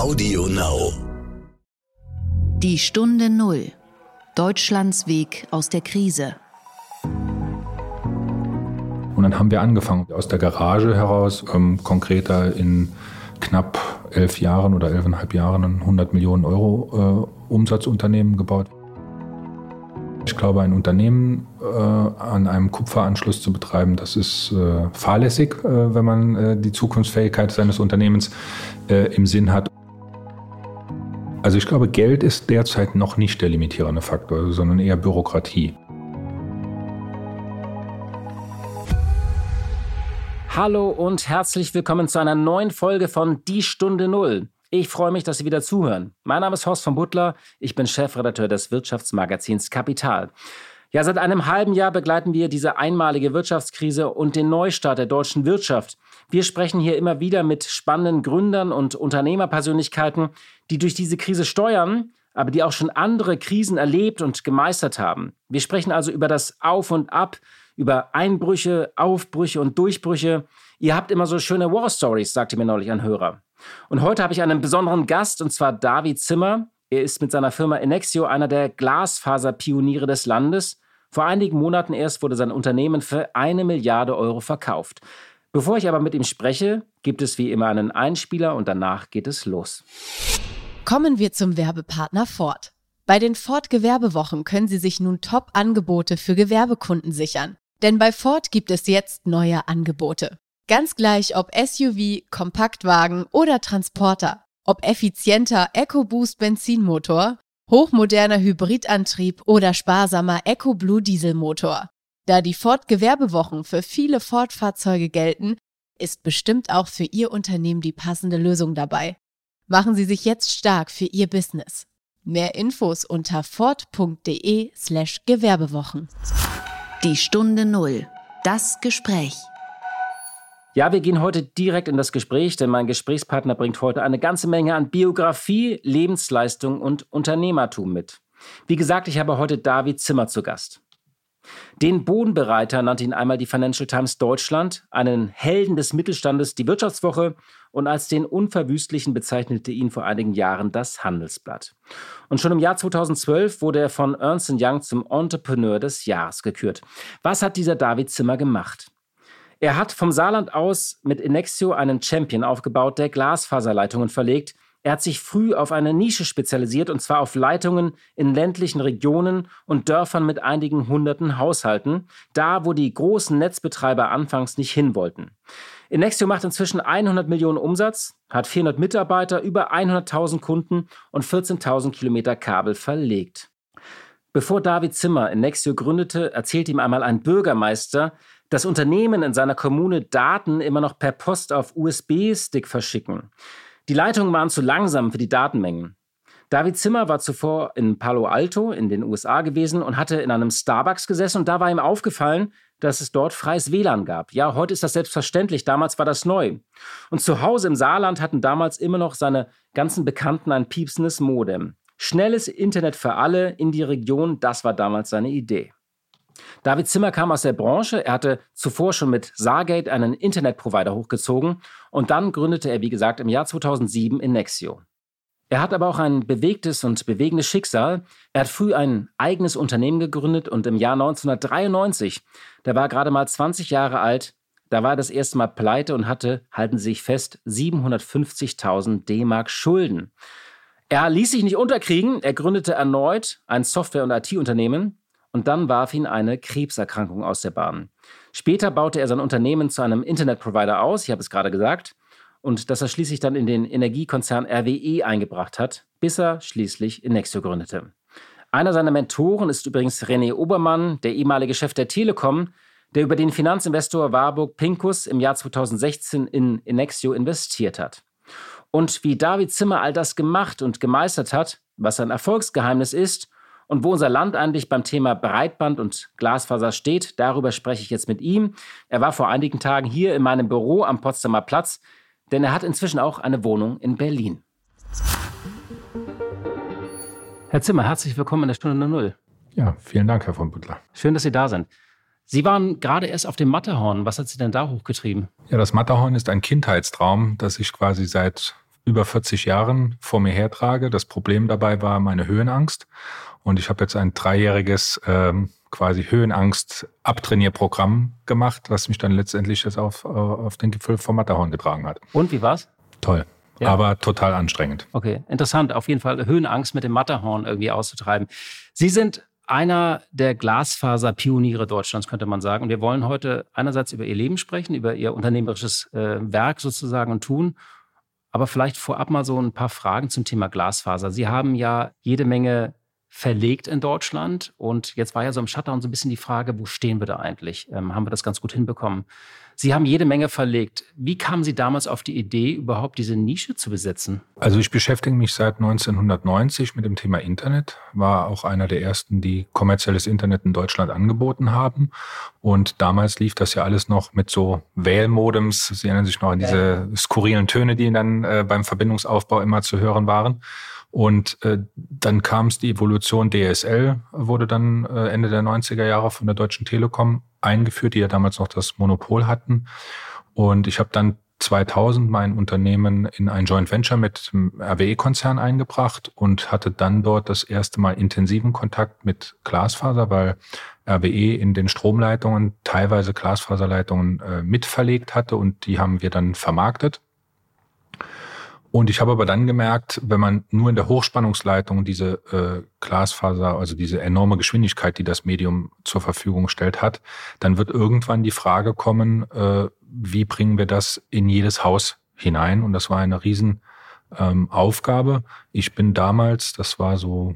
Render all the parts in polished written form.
Audio Now. Die Stunde Null. Deutschlands Weg aus der Krise. Und dann haben wir angefangen, aus der Garage heraus, konkreter in knapp 11 Jahren oder 11,5 Jahren ein 100 Millionen Euro Umsatzunternehmen gebaut. Ich glaube, ein Unternehmen an einem Kupferanschluss zu betreiben, das ist fahrlässig, wenn man die Zukunftsfähigkeit seines Unternehmens im Sinn hat. Also ich glaube, Geld ist derzeit noch nicht der limitierende Faktor, sondern eher Bürokratie. Hallo und herzlich willkommen zu einer neuen Folge von Die Stunde Null. Ich freue mich, dass Sie wieder zuhören. Mein Name ist Horst von Butler, ich bin Chefredakteur des Wirtschaftsmagazins Kapital. Ja, seit einem halben Jahr begleiten wir diese einmalige Wirtschaftskrise und den Neustart der deutschen Wirtschaft. Wir sprechen hier immer wieder mit spannenden Gründern und Unternehmerpersönlichkeiten, die durch diese Krise steuern, aber die auch schon andere Krisen erlebt und gemeistert haben. Wir sprechen also über das Auf und Ab, über Einbrüche, Aufbrüche und Durchbrüche. Ihr habt immer so schöne War-Stories, sagte mir neulich ein Hörer. Und heute habe ich einen besonderen Gast, und zwar David Zimmer. Er ist mit seiner Firma Ennexio einer der Glasfaserpioniere des Landes. Vor einigen Monaten erst wurde sein Unternehmen für 1 Milliarde Euro verkauft. Bevor ich aber mit ihm spreche, gibt es wie immer einen Einspieler und danach geht es los. Kommen wir zum Werbepartner Ford. Bei den Ford Gewerbewochen können Sie sich nun Top-Angebote für Gewerbekunden sichern. Denn bei Ford gibt es jetzt neue Angebote. Ganz gleich ob SUV, Kompaktwagen oder Transporter. Ob effizienter EcoBoost Benzinmotor, hochmoderner Hybridantrieb oder sparsamer EcoBlue Dieselmotor. Da die Ford Gewerbewochen für viele Ford-Fahrzeuge gelten, ist bestimmt auch für Ihr Unternehmen die passende Lösung dabei. Machen Sie sich jetzt stark für Ihr Business. Mehr Infos unter ford.de/Gewerbewochen. Die Stunde Null. Das Gespräch. Ja, wir gehen heute direkt in das Gespräch, denn mein Gesprächspartner bringt heute eine ganze Menge an Biografie, Lebensleistung und Unternehmertum mit. Wie gesagt, ich habe heute David Zimmer zu Gast. Den Bodenbereiter nannte ihn einmal die Financial Times Deutschland, einen Helden des Mittelstandes die Wirtschaftswoche und als den Unverwüstlichen bezeichnete ihn vor einigen Jahren das Handelsblatt. Und schon im Jahr 2012 wurde er von Ernst & Young zum Entrepreneur des Jahres gekürt. Was hat dieser David Zimmer gemacht? Er hat vom Saarland aus mit Ennexio einen Champion aufgebaut, der Glasfaserleitungen verlegt. Er hat sich früh auf eine Nische spezialisiert, und zwar auf Leitungen in ländlichen Regionen und Dörfern mit einigen hunderten Haushalten, da wo die großen Netzbetreiber anfangs nicht hin wollten. Ennexio macht inzwischen 100 Millionen Umsatz, hat 400 Mitarbeiter, über 100.000 Kunden und 14.000 Kilometer Kabel verlegt. Bevor David Zimmer Ennexio gründete, erzählte ihm einmal ein Bürgermeister, dass Unternehmen in seiner Kommune Daten immer noch per Post auf USB-Stick verschicken. Die Leitungen waren zu langsam für die Datenmengen. David Zimmer war zuvor in Palo Alto in den USA gewesen und hatte in einem Starbucks gesessen, und da war ihm aufgefallen, dass es dort freies WLAN gab. Ja, heute ist das selbstverständlich, damals war das neu. Und zu Hause im Saarland hatten damals immer noch seine ganzen Bekannten ein piepsendes Modem. Schnelles Internet für alle in die Region, das war damals seine Idee. David Zimmer kam aus der Branche, er hatte zuvor schon mit Stargate einen Internetprovider hochgezogen und dann gründete er, wie gesagt, im Jahr 2007 Ennexio. Er hat aber auch ein bewegtes und bewegendes Schicksal. Er hat früh ein eigenes Unternehmen gegründet und im Jahr 1993, da war er gerade mal 20 Jahre alt, da war er das erste Mal pleite und hatte, halten Sie sich fest, 750.000 D-Mark Schulden. Er ließ sich nicht unterkriegen, er gründete erneut ein Software- und IT-Unternehmen. Und dann warf ihn eine Krebserkrankung aus der Bahn. Später baute er sein Unternehmen zu einem Internetprovider aus, ich habe es gerade gesagt, und das er schließlich dann in den Energiekonzern RWE eingebracht hat, bis er schließlich Ennexio gründete. Einer seiner Mentoren ist übrigens René Obermann, der ehemalige Chef der Telekom, der über den Finanzinvestor Warburg Pincus im Jahr 2016 in Ennexio investiert hat. Und wie David Zimmer all das gemacht und gemeistert hat, was sein Erfolgsgeheimnis ist, und wo unser Land eigentlich beim Thema Breitband und Glasfaser steht, darüber spreche ich jetzt mit ihm. Er war vor einigen Tagen hier in meinem Büro am Potsdamer Platz, denn er hat inzwischen auch eine Wohnung in Berlin. Herr Zimmer, herzlich willkommen in der Stunde Null. Ja, vielen Dank, Herr von Butler. Schön, dass Sie da sind. Sie waren gerade erst auf dem Matterhorn. Was hat Sie denn da hochgetrieben? Ja, das Matterhorn ist ein Kindheitstraum, das ich quasi seit über 40 Jahren vor mir hertrage. Das Problem dabei war meine Höhenangst. Und ich habe jetzt ein 3-jähriges quasi Höhenangst-Abtrainierprogramm gemacht, was mich dann letztendlich jetzt auf den Gipfel vom Matterhorn getragen hat. Und wie war's? Toll, ja. Aber total anstrengend. Okay, interessant. Auf jeden Fall Höhenangst mit dem Matterhorn irgendwie auszutreiben. Sie sind einer der Glasfaser-Pioniere Deutschlands, könnte man sagen. Und wir wollen heute einerseits über Ihr Leben sprechen, über Ihr unternehmerisches Werk sozusagen und Tun. Aber vielleicht vorab mal so ein paar Fragen zum Thema Glasfaser. Sie haben ja jede Menge verlegt in Deutschland. Und jetzt war ja so im Shutdown so ein bisschen die Frage, wo stehen wir da eigentlich? Haben wir das ganz gut hinbekommen? Sie haben jede Menge verlegt. Wie kamen Sie damals auf die Idee, überhaupt diese Nische zu besetzen? Also ich beschäftige mich seit 1990 mit dem Thema Internet, war auch einer der ersten, die kommerzielles Internet in Deutschland angeboten haben. Und damals lief das ja alles noch mit so Wählmodems. Sie erinnern sich noch an diese skurrilen Töne, die dann beim Verbindungsaufbau immer zu hören waren. Und dann kam es, die Evolution DSL wurde dann Ende der 90er Jahre von der Deutschen Telekom eingeführt, die ja damals noch das Monopol hatten. Und ich habe dann 2000 mein Unternehmen in ein Joint Venture mit dem RWE-Konzern eingebracht und hatte dann dort das erste Mal intensiven Kontakt mit Glasfaser, weil RWE in den Stromleitungen teilweise Glasfaserleitungen mitverlegt hatte und die haben wir dann vermarktet. Und ich habe aber dann gemerkt, wenn man nur in der Hochspannungsleitung diese Glasfaser, also diese enorme Geschwindigkeit, die das Medium zur Verfügung stellt, hat, dann wird irgendwann die Frage kommen, wie bringen wir das in jedes Haus hinein? Und das war eine riesen Aufgabe. Ich bin damals, das war so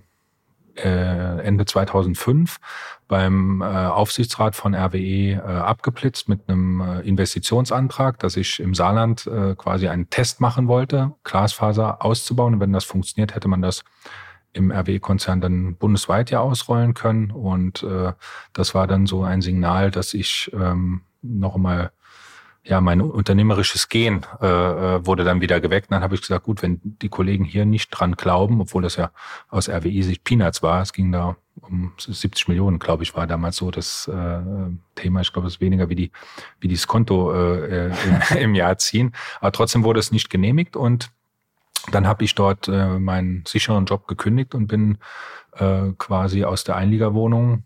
Ende 2005 beim Aufsichtsrat von RWE abgeblitzt mit einem Investitionsantrag, dass ich im Saarland quasi einen Test machen wollte, Glasfaser auszubauen. Und wenn das funktioniert, hätte man das im RWE-Konzern dann bundesweit ja ausrollen können. Und das war dann so ein Signal, dass ich noch einmal, ja, mein unternehmerisches Gen wurde dann wieder geweckt. Und dann habe ich gesagt, gut, wenn die Kollegen hier nicht dran glauben, obwohl das ja aus RWE-Sicht Peanuts war, es ging da um 70 Millionen, glaube ich, war damals so das Thema. Ich glaube, es ist weniger wie das Konto im Jahr ziehen. Aber trotzdem wurde es nicht genehmigt und dann habe ich dort meinen sicheren Job gekündigt und bin quasi aus der Einliegerwohnung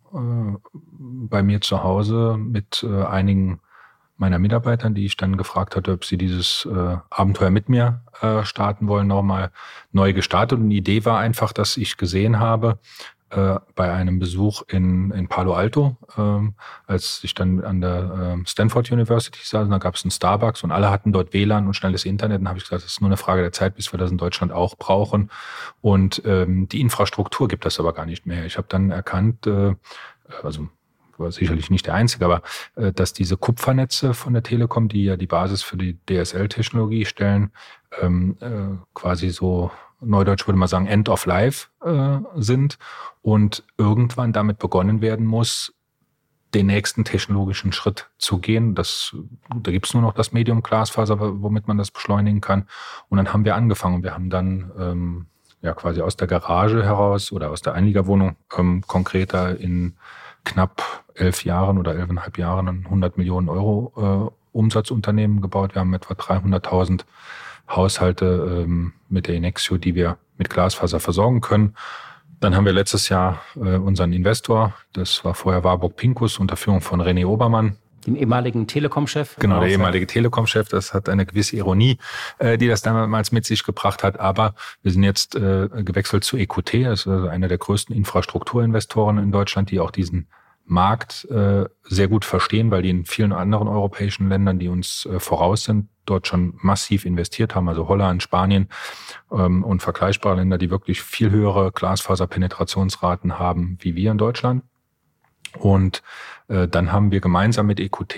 bei mir zu Hause mit einigen meiner Mitarbeitern, die ich dann gefragt hatte, ob sie dieses Abenteuer mit mir starten wollen, nochmal neu gestartet. Und die Idee war einfach, dass ich gesehen habe, bei einem Besuch in Palo Alto, als ich dann an der Stanford University saß, da gab es einen Starbucks und alle hatten dort WLAN und schnelles Internet. Und dann habe ich gesagt, das ist nur eine Frage der Zeit, bis wir das in Deutschland auch brauchen. Und die Infrastruktur gibt das aber gar nicht mehr. Ich habe dann erkannt, also war sicherlich nicht der einzige, aber dass diese Kupfernetze von der Telekom, die ja die Basis für die DSL-Technologie stellen, quasi so, neudeutsch würde man sagen, End of Life sind und irgendwann damit begonnen werden muss, den nächsten technologischen Schritt zu gehen. Da gibt es nur noch das Medium Glasfaser, womit man das beschleunigen kann. Und dann haben wir angefangen. Wir haben dann quasi aus der Garage heraus oder aus der Einliegerwohnung konkreter in knapp 11 Jahren oder 11,5 Jahren ein 100 Millionen Euro Umsatzunternehmen gebaut. Wir haben etwa 300.000 Haushalte mit der Inexio, die wir mit Glasfaser versorgen können. Dann haben wir letztes Jahr unseren Investor, das war vorher Warburg Pincus unter Führung von René Obermann. Dem ehemaligen Telekom-Chef. Genau, der ehemalige Telekom-Chef. Das hat eine gewisse Ironie, die das damals mit sich gebracht hat. Aber wir sind jetzt gewechselt zu EQT. Das ist also einer der größten Infrastrukturinvestoren in Deutschland, die auch diesen Markt sehr gut verstehen, weil die in vielen anderen europäischen Ländern, die uns voraus sind, dort schon massiv investiert haben. Also Holland, Spanien und vergleichbare Länder, die wirklich viel höhere Glasfaserpenetrationsraten haben wie wir in Deutschland. Und dann haben wir gemeinsam mit EQT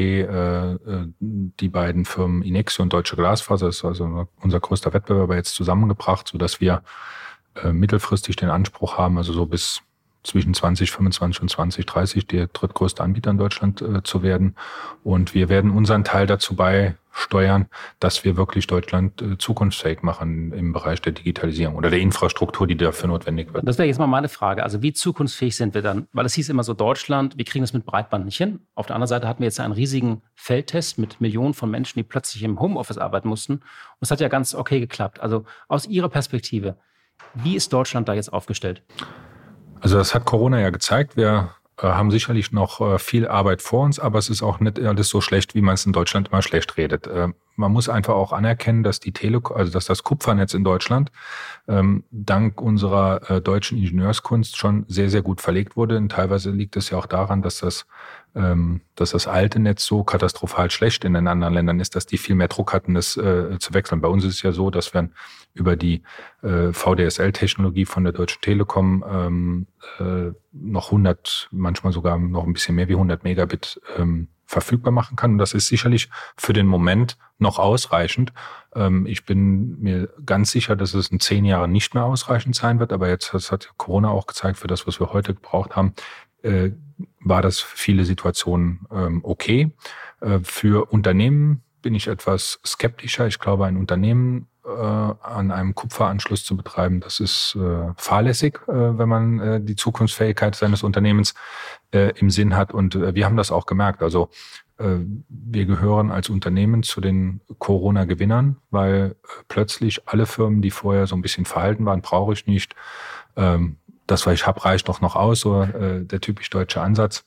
die beiden Firmen Inexio und Deutsche Glasfaser, das ist also unser größter Wettbewerber, jetzt zusammengebracht, sodass wir mittelfristig den Anspruch haben, also so bis zwischen 2025 und 2030 der drittgrößte Anbieter in Deutschland zu werden. Und wir werden unseren Teil dazu beisteuern, dass wir wirklich Deutschland zukunftsfähig machen im Bereich der Digitalisierung oder der Infrastruktur, die dafür notwendig wird. Das wäre jetzt mal meine Frage. Also wie zukunftsfähig sind wir dann? Weil es hieß immer so, Deutschland, wir kriegen das mit Breitband nicht hin. Auf der anderen Seite hatten wir jetzt einen riesigen Feldtest mit Millionen von Menschen, die plötzlich im Homeoffice arbeiten mussten. Und es hat ja ganz okay geklappt. Also aus Ihrer Perspektive, wie ist Deutschland da jetzt aufgestellt? Also das hat Corona ja gezeigt. Wir haben sicherlich noch viel Arbeit vor uns, aber es ist auch nicht alles so schlecht, wie man es in Deutschland immer schlecht redet. Man muss einfach auch anerkennen, dass dass das Kupfernetz in Deutschland dank unserer deutschen Ingenieurskunst schon sehr, sehr gut verlegt wurde. Und teilweise liegt es ja auch daran, dass das alte Netz so katastrophal schlecht in den anderen Ländern ist, dass die viel mehr Druck hatten, das zu wechseln. Bei uns ist es ja so, dass wir über die VDSL-Technologie von der Deutschen Telekom noch 100, manchmal sogar noch ein bisschen mehr wie 100 Megabit verfügbar machen kann. Und das ist sicherlich für den Moment noch ausreichend. Ich bin mir ganz sicher, dass es in 10 Jahren nicht mehr ausreichend sein wird. Aber jetzt, das hat Corona auch gezeigt, für das, was wir heute gebraucht haben, war das für viele Situationen okay. Für Unternehmen bin ich etwas skeptischer. Ich glaube, ein Unternehmen an einem Kupferanschluss zu betreiben, das ist fahrlässig, wenn man die Zukunftsfähigkeit seines Unternehmens im Sinn hat. Und wir haben das auch gemerkt. Also wir gehören als Unternehmen zu den Corona-Gewinnern, weil plötzlich alle Firmen, die vorher so ein bisschen verhalten waren, brauche ich nicht, das, was ich habe, reicht doch noch aus, so der typisch deutsche Ansatz.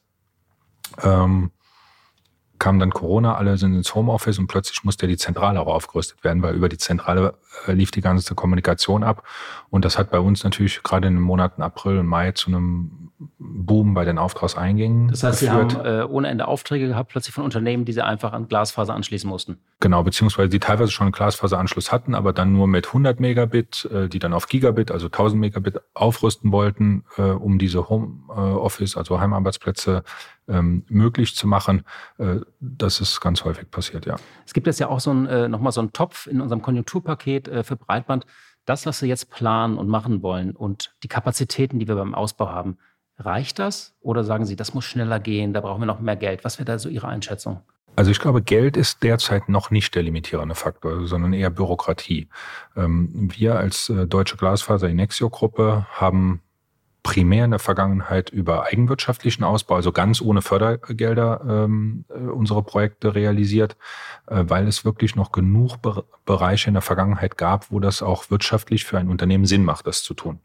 Kam dann Corona, alle sind ins Homeoffice und plötzlich musste die Zentrale auch aufgerüstet werden, weil über die Zentrale lief die ganze Kommunikation ab. Und das hat bei uns natürlich gerade in den Monaten April und Mai zu einem Boom bei den Auftragseingängen geführt. Das heißt, Sie haben ohne Ende Aufträge gehabt, plötzlich von Unternehmen, die Sie einfach an Glasfaser anschließen mussten? Genau, beziehungsweise die teilweise schon einen Glasfaseranschluss hatten, aber dann nur mit 100 Megabit, die dann auf Gigabit, also 1000 Megabit aufrüsten wollten, um diese Homeoffice, also Heimarbeitsplätze möglich zu machen. Das ist ganz häufig passiert, ja. Es gibt jetzt ja auch nochmal so einen Topf in unserem Konjunkturpaket für Breitband. Das, was wir jetzt planen und machen wollen und die Kapazitäten, die wir beim Ausbau haben, reicht das? Oder sagen Sie, das muss schneller gehen, da brauchen wir noch mehr Geld? Was wäre da so Ihre Einschätzung? Also ich glaube, Geld ist derzeit noch nicht der limitierende Faktor, sondern eher Bürokratie. Wir als Deutsche Glasfaser Inexio-Gruppe haben primär in der Vergangenheit über eigenwirtschaftlichen Ausbau, also ganz ohne Fördergelder, unsere Projekte realisiert, weil es wirklich noch genug Bereiche in der Vergangenheit gab, wo das auch wirtschaftlich für ein Unternehmen Sinn macht, das zu tun.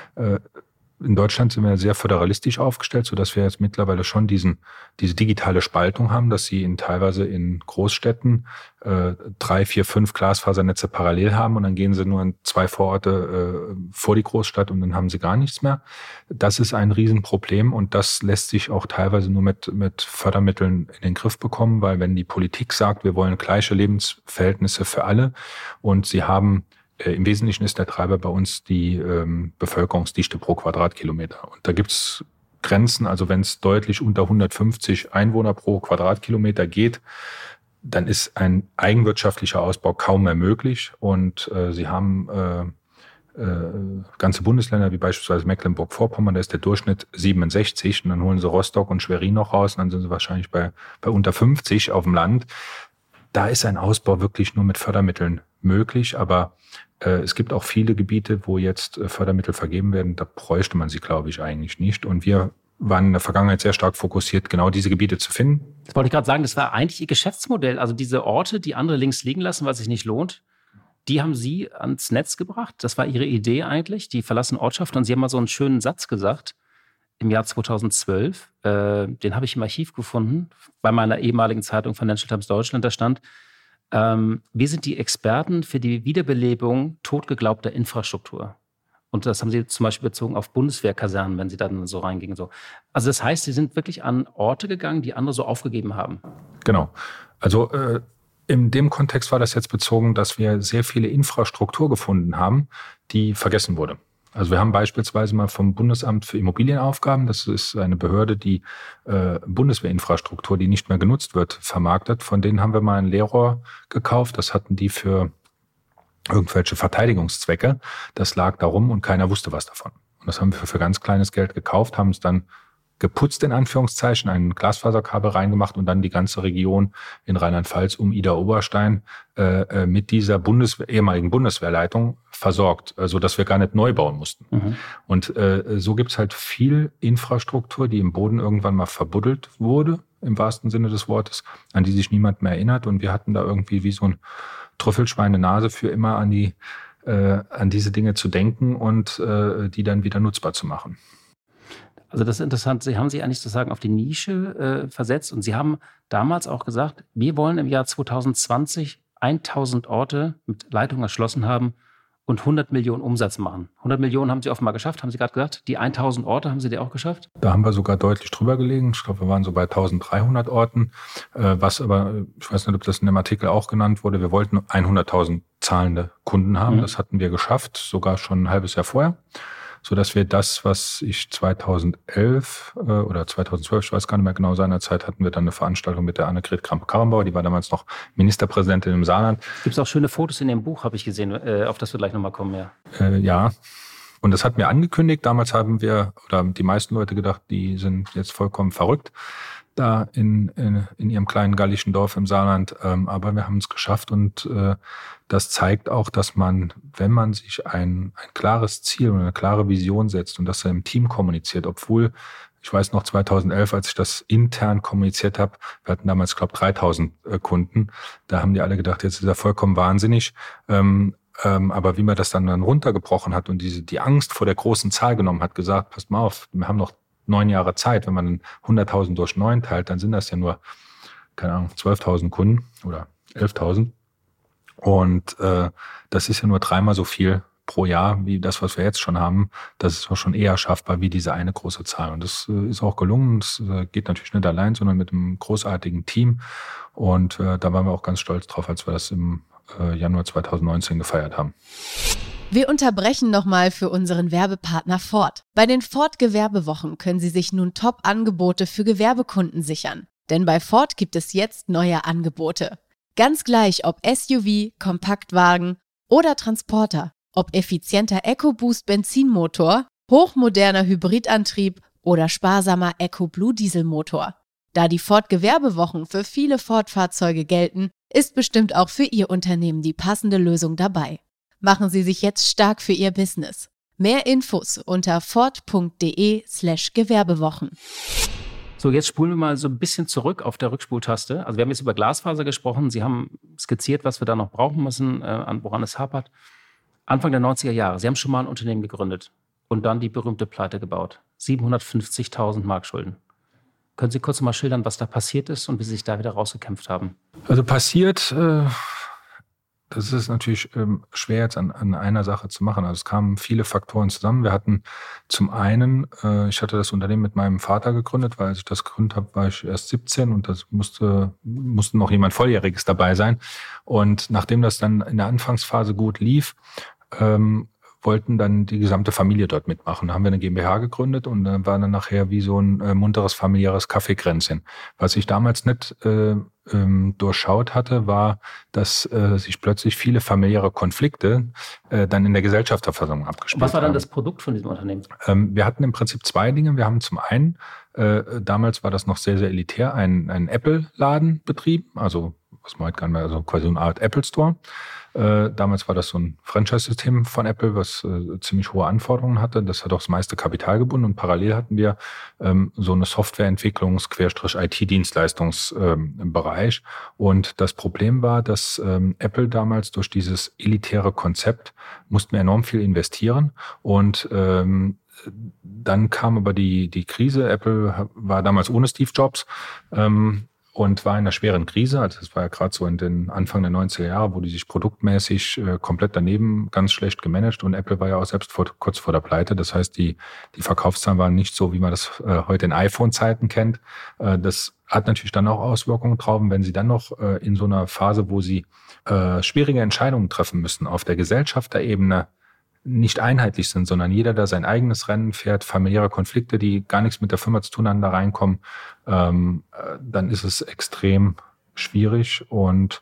In Deutschland sind wir sehr föderalistisch aufgestellt, sodass wir jetzt mittlerweile schon diese digitale Spaltung haben, dass Sie teilweise in Großstädten 3, 4, 5 Glasfasernetze parallel haben und dann gehen Sie nur in 2 Vororte vor die Großstadt und dann haben Sie gar nichts mehr. Das ist ein Riesenproblem und das lässt sich auch teilweise nur mit Fördermitteln in den Griff bekommen, weil wenn die Politik sagt, wir wollen gleiche Lebensverhältnisse für alle und Sie haben im Wesentlichen ist der Treiber bei uns die Bevölkerungsdichte pro Quadratkilometer. Und da gibt's Grenzen, also wenn es deutlich unter 150 Einwohner pro Quadratkilometer geht, dann ist ein eigenwirtschaftlicher Ausbau kaum mehr möglich. Und Sie haben ganze Bundesländer wie beispielsweise Mecklenburg-Vorpommern, da ist der Durchschnitt 67 und dann holen Sie Rostock und Schwerin noch raus und dann sind Sie wahrscheinlich bei unter 50 auf dem Land. Da ist ein Ausbau wirklich nur mit Fördermitteln möglich, aber es gibt auch viele Gebiete, wo jetzt Fördermittel vergeben werden. Da bräuchte man sie, glaube ich, eigentlich nicht. Und wir waren in der Vergangenheit sehr stark fokussiert, genau diese Gebiete zu finden. Das wollte ich gerade sagen, das war eigentlich Ihr Geschäftsmodell. Also diese Orte, die andere links liegen lassen, weil es sich nicht lohnt, die haben Sie ans Netz gebracht. Das war Ihre Idee eigentlich, die verlassenen Ortschaften. Und Sie haben mal so einen schönen Satz gesagt im Jahr 2012. Den habe ich im Archiv gefunden, bei meiner ehemaligen Zeitung Financial Times Deutschland. Da stand: Wir sind die Experten für die Wiederbelebung totgeglaubter Infrastruktur. Und das haben Sie zum Beispiel bezogen auf Bundeswehrkasernen, wenn Sie dann so reingingen. So. Also das heißt, Sie sind wirklich an Orte gegangen, die andere so aufgegeben haben. Genau. Also in dem Kontext war das jetzt bezogen, dass wir sehr viele Infrastruktur gefunden haben, die vergessen wurde. Also wir haben beispielsweise mal vom Bundesamt für Immobilienaufgaben, das ist eine Behörde, die Bundeswehrinfrastruktur, die nicht mehr genutzt wird, vermarktet. Von denen haben wir mal ein Leerrohr gekauft. Das hatten die für irgendwelche Verteidigungszwecke. Das lag da rum und keiner wusste was davon. Und das haben wir für ganz kleines Geld gekauft, haben es dann geputzt, in Anführungszeichen, ein Glasfaserkabel reingemacht und dann die ganze Region in Rheinland-Pfalz um Idar-Oberstein mit dieser ehemaligen Bundeswehrleitung versorgt, sodass wir gar nicht neu bauen mussten. Mhm. Und so gibt's halt viel Infrastruktur, die im Boden irgendwann mal verbuddelt wurde, im wahrsten Sinne des Wortes, an die sich niemand mehr erinnert. Und wir hatten da irgendwie wie so ein Trüffelschwein eine Nase für immer an diese Dinge zu denken und die dann wieder nutzbar zu machen. Also das ist interessant, Sie haben sich eigentlich sozusagen auf die Nische versetzt und Sie haben damals auch gesagt, wir wollen im Jahr 2020 1000 Orte mit Leitung erschlossen haben und 100 Millionen Umsatz machen. 100 Millionen haben Sie offenbar geschafft, haben Sie gerade gesagt. Die 1000 Orte, haben Sie die auch geschafft? Da haben wir sogar deutlich drüber gelegen. Ich glaube, wir waren so bei 1300 Orten, was aber, ich weiß nicht, ob das in dem Artikel auch genannt wurde, wir wollten 100.000 zahlende Kunden haben. Mhm. Das hatten wir geschafft, sogar schon ein halbes Jahr vorher. Sodass wir das, was ich 2011 oder 2012, ich weiß gar nicht mehr genau, seinerzeit hatten wir dann eine Veranstaltung mit der Annegret Kramp-Karrenbauer, die war damals noch Ministerpräsidentin im Saarland. Gibt es auch schöne Fotos in dem Buch, habe ich gesehen, auf das wir gleich nochmal kommen, ja. Ja, und das hatten wir angekündigt. Damals haben wir, oder die meisten Leute gedacht, die sind jetzt vollkommen verrückt da in ihrem kleinen gallischen Dorf im Saarland. Aber wir haben es geschafft und das zeigt auch, dass man, wenn man sich ein klares Ziel und eine klare Vision setzt und das im Team kommuniziert, obwohl, ich weiß noch 2011, als ich das intern kommuniziert habe, wir hatten damals, glaube ich, 3000 Kunden, da haben die alle gedacht, jetzt ist er vollkommen wahnsinnig. Aber wie man das dann runtergebrochen hat und die Angst vor der großen Zahl genommen hat, gesagt, passt mal auf, wir haben noch 9 Jahre Zeit. Wenn man 100.000 durch 9 teilt, dann sind das ja nur, keine Ahnung, 12.000 Kunden oder 11.000. Und das ist ja nur 3-mal so viel pro Jahr wie das, was wir jetzt schon haben. Das ist auch schon eher schaffbar wie diese eine große Zahl. Und das ist auch gelungen. Das geht natürlich nicht allein, sondern mit einem großartigen Team. Und da waren wir auch ganz stolz drauf, als wir das im Januar 2019 gefeiert haben. Wir unterbrechen nochmal für unseren Werbepartner Ford. Bei den Ford Gewerbewochen können Sie sich nun Top-Angebote für Gewerbekunden sichern. Denn bei Ford gibt es jetzt neue Angebote. Ganz gleich, ob SUV, Kompaktwagen oder Transporter, ob effizienter EcoBoost Benzinmotor, hochmoderner Hybridantrieb oder sparsamer EcoBlue Dieselmotor. Da die Ford Gewerbewochen für viele Ford-Fahrzeuge gelten, ist bestimmt auch für Ihr Unternehmen die passende Lösung dabei. Machen Sie sich jetzt stark für Ihr Business. Mehr Infos unter ford.de/Gewerbewochen. So, jetzt spulen wir mal so ein bisschen zurück auf der Rückspultaste. Also wir haben jetzt über Glasfaser gesprochen. Sie haben skizziert, was wir da noch brauchen müssen, woran es hapert. Anfang der 90er Jahre, Sie haben schon mal ein Unternehmen gegründet und dann die berühmte Pleite gebaut. 750.000 Mark Schulden. Können Sie kurz mal schildern, was da passiert ist und wie Sie sich da wieder rausgekämpft haben? Also passiert... Das ist natürlich schwer jetzt an einer Sache zu machen. Also es kamen viele Faktoren zusammen. Wir hatten zum einen, ich hatte das Unternehmen mit meinem Vater gegründet, weil als ich das gegründet habe, war ich erst 17 und das musste noch jemand Volljähriges dabei sein. Und nachdem das dann in der Anfangsphase gut lief, wollten dann die gesamte Familie dort mitmachen. Da haben wir eine GmbH gegründet und dann war dann nachher wie so ein munteres familiäres Kaffeekränzchen. Was ich damals nicht durchschaut hatte, war, dass sich plötzlich viele familiäre Konflikte dann in der Gesellschafterversammlung abgespielt haben. Was war dann das Produkt von diesem Unternehmen? Wir hatten im Prinzip 2 Dinge. Wir haben zum einen, damals war das noch sehr, sehr elitär, einen Apple-Laden betrieben, also was man heute gar nicht mehr, also quasi eine Art Apple Store. Damals war das so ein Franchise-System von Apple, was ziemlich hohe Anforderungen hatte. Das hat auch das meiste Kapital gebunden und parallel hatten wir so eine Softwareentwicklungs-IT-Dienstleistungsbereich. Und das Problem war, dass Apple damals durch dieses elitäre Konzept mussten wir enorm viel investieren und dann kam aber die Krise. Apple war damals ohne Steve Jobs und war in einer schweren Krise. Also das war ja gerade so in den Anfang der 90er Jahre, wo die sich produktmäßig komplett daneben ganz schlecht gemanagt und Apple war ja auch selbst kurz vor der Pleite. Das heißt, die Verkaufszahlen waren nicht so, wie man das heute in iPhone-Zeiten kennt. Das hat natürlich dann auch Auswirkungen drauf. Und wenn Sie dann noch in so einer Phase, wo Sie schwierige Entscheidungen treffen müssen, auf der Gesellschafterebene nicht einheitlich sind, sondern jeder da sein eigenes Rennen fährt, familiäre Konflikte, die gar nichts mit der Firma zu tun haben, da reinkommen, dann ist es extrem schwierig und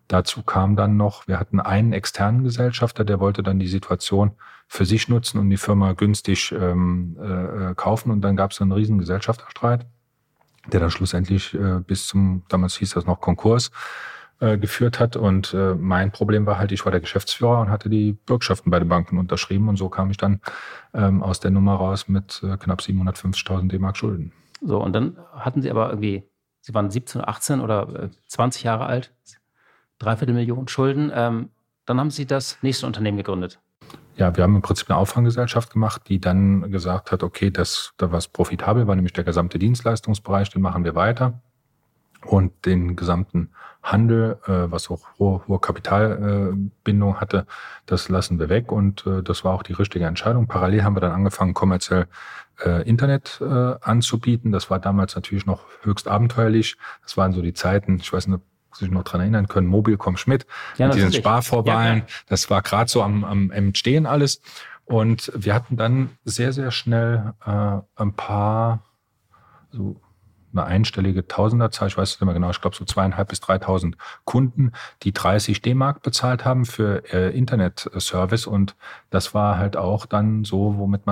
Dazu kam dann noch, wir hatten einen externen Gesellschafter, der wollte dann die Situation für sich nutzen und die Firma günstig kaufen. Und dann gab es einen riesen Gesellschafterstreit, der dann schlussendlich bis zum, damals hieß das noch Konkurs, geführt hat. Und mein Problem war halt, ich war der Geschäftsführer und hatte die Bürgschaften bei den Banken unterschrieben. Und so kam ich dann aus der Nummer raus mit knapp 750.000 D-Mark Schulden. So, und dann hatten Sie aber irgendwie, Sie waren 17, 18 oder 20 Jahre alt, 250.000 Schulden. Dann haben Sie das nächste Unternehmen gegründet. Ja, wir haben im Prinzip eine Auffanggesellschaft gemacht, die dann gesagt hat, okay, da was profitabel war, nämlich der gesamte Dienstleistungsbereich, den machen wir weiter. Und den gesamten Handel, was auch hohe Kapitalbindung hatte, das lassen wir weg. Und das war auch die richtige Entscheidung. Parallel haben wir dann angefangen, kommerziell Internet anzubieten. Das war damals natürlich noch höchst abenteuerlich. Das waren so die Zeiten, ich weiß nicht, ob Sie sich noch daran erinnern können, Mobilcom Schmidt, ja, mit diesen Sparvorwahlen. Ja, das war gerade so am Entstehen alles. Und wir hatten dann sehr, sehr schnell ein paar, so eine einstellige Tausenderzahl, ich weiß nicht mehr genau, ich glaube so 2.500 bis 3.000 Kunden, die 30 D-Mark bezahlt haben für Internet-Service. Und das war halt auch dann so, womit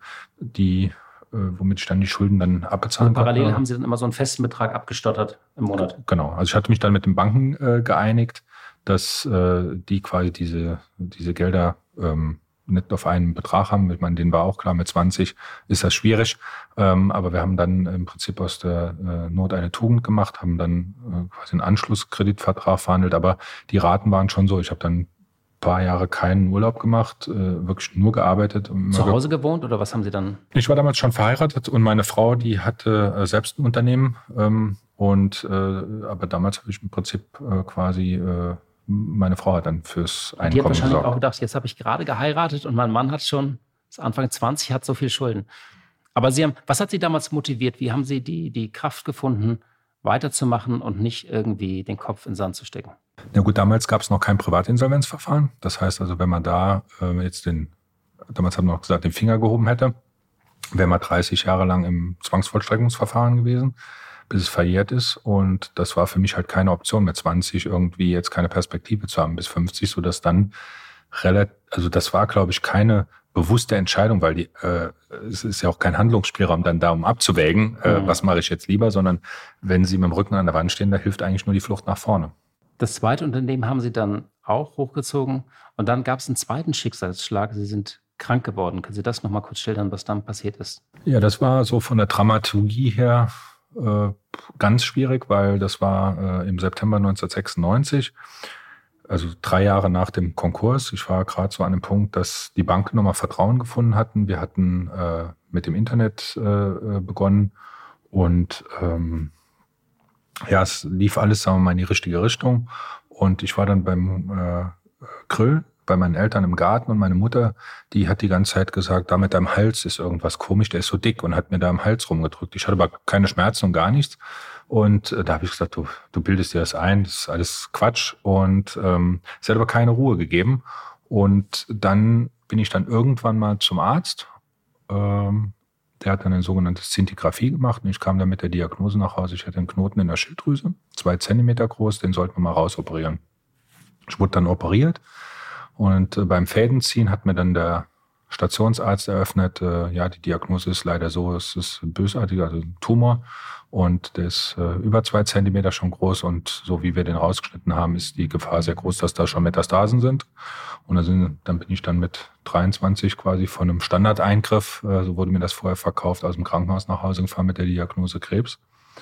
ich dann die Schulden dann abbezahlen konnte. Parallel haben Sie dann immer so einen festen Betrag abgestottert im Monat? Genau. Also ich hatte mich dann mit den Banken geeinigt, dass die quasi diese Gelder nicht auf einen Betrag haben. Ich meine, denen war auch klar, mit 20 ist das schwierig. Aber wir haben dann im Prinzip aus der Not eine Tugend gemacht, haben dann quasi einen Anschlusskreditvertrag verhandelt. Aber die Raten waren schon so. Ich habe dann paar Jahre keinen Urlaub gemacht, wirklich nur gearbeitet. Zu Hause gewohnt oder was haben Sie dann? Ich war damals schon verheiratet und meine Frau, die hatte selbst ein Unternehmen. Aber damals habe ich im Prinzip meine Frau hat dann fürs Einkommen gesorgt. Die hat wahrscheinlich auch gedacht, jetzt habe ich gerade geheiratet und mein Mann hat schon, ist Anfang 20, hat so viel Schulden. Aber was hat Sie damals motiviert? Wie haben Sie die Kraft gefunden, weiterzumachen und nicht irgendwie den Kopf in den Sand zu stecken? Na gut, damals gab es noch kein Privatinsolvenzverfahren. Das heißt also, wenn man da damals haben wir noch gesagt, den Finger gehoben hätte, wäre man 30 Jahre lang im Zwangsvollstreckungsverfahren gewesen, bis es verjährt ist. Und das war für mich halt keine Option, mit 20 irgendwie jetzt keine Perspektive zu haben, bis 50, sodass dann also das war, glaube ich, keine bewusste Entscheidung, weil es ist ja auch kein Handlungsspielraum dann da, um abzuwägen, was mache ich jetzt lieber, sondern wenn Sie mit dem Rücken an der Wand stehen, da hilft eigentlich nur die Flucht nach vorne. Das zweite Unternehmen haben Sie dann auch hochgezogen und dann gab es einen zweiten Schicksalsschlag. Sie sind krank geworden. Können Sie das nochmal kurz schildern, was dann passiert ist? Ja, das war so von der Dramaturgie her ganz schwierig, weil das war im September 1996, also 3 Jahre nach dem Konkurs. Ich war gerade so an dem Punkt, dass die Banken nochmal Vertrauen gefunden hatten. Wir hatten mit dem Internet begonnen und es lief alles, sagen wir mal, in die richtige Richtung. Und ich war dann beim Grill bei meinen Eltern im Garten und meine Mutter, die hat die ganze Zeit gesagt, da mit deinem Hals ist irgendwas komisch, der ist so dick, und hat mir da im Hals rumgedrückt. Ich hatte aber keine Schmerzen und gar nichts. Und da habe ich gesagt, du bildest dir das ein, das ist alles Quatsch. Und es hat aber keine Ruhe gegeben. Und dann bin ich dann irgendwann mal zum Arzt. Der hat dann eine sogenannte Szintigraphie gemacht und ich kam dann mit der Diagnose nach Hause, ich hatte einen Knoten in der Schilddrüse, 2 Zentimeter groß, den sollten wir mal rausoperieren. Ich wurde dann operiert und beim Fädenziehen hat mir dann der Stationsarzt eröffnet, die Diagnose ist leider so, es ist bösartig, also ein Tumor, und der ist über 2 Zentimeter schon groß, und so wie wir den rausgeschnitten haben, ist die Gefahr sehr groß, dass da schon Metastasen sind. Und dann bin ich dann mit 23 quasi von einem Standardeingriff, so wurde mir das vorher verkauft, aus dem Krankenhaus nach Hause gefahren mit der Diagnose Krebs.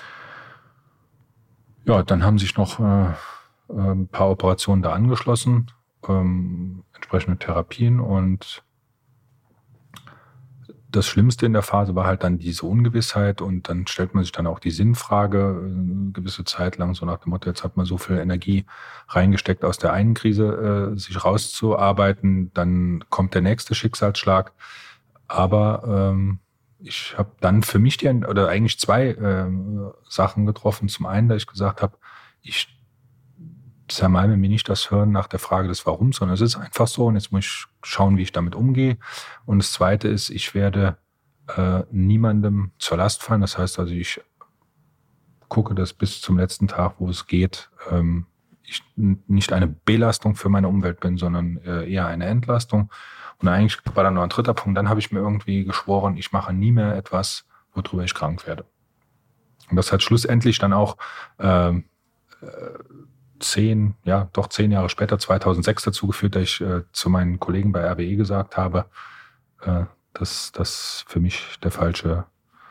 Ja, dann haben sich noch ein paar Operationen da angeschlossen, entsprechende Therapien, und das Schlimmste in der Phase war halt dann diese Ungewissheit, und dann stellt man sich dann auch die Sinnfrage eine gewisse Zeit lang, so nach dem Motto, jetzt hat man so viel Energie reingesteckt, aus der einen Krise sich rauszuarbeiten, dann kommt der nächste Schicksalsschlag. Aber ich habe dann für mich eigentlich 2 Sachen getroffen. Zum einen, dass ich gesagt habe, ich zermalme mir nicht das Hirn nach der Frage des Warums, sondern es ist einfach so, und jetzt muss ich schauen, wie ich damit umgehe. Und das Zweite ist, ich werde niemandem zur Last fallen. Das heißt also, ich gucke, dass bis zum letzten Tag, wo es geht, ich nicht eine Belastung für meine Umwelt bin, sondern eher eine Entlastung. Und eigentlich war dann noch ein dritter Punkt. Dann habe ich mir irgendwie geschworen, ich mache nie mehr etwas, worüber ich krank werde. Und das hat schlussendlich dann auch 10 Jahre später, 2006, dazu geführt, dass ich zu meinen Kollegen bei RWE gesagt habe, dass das für mich die falsche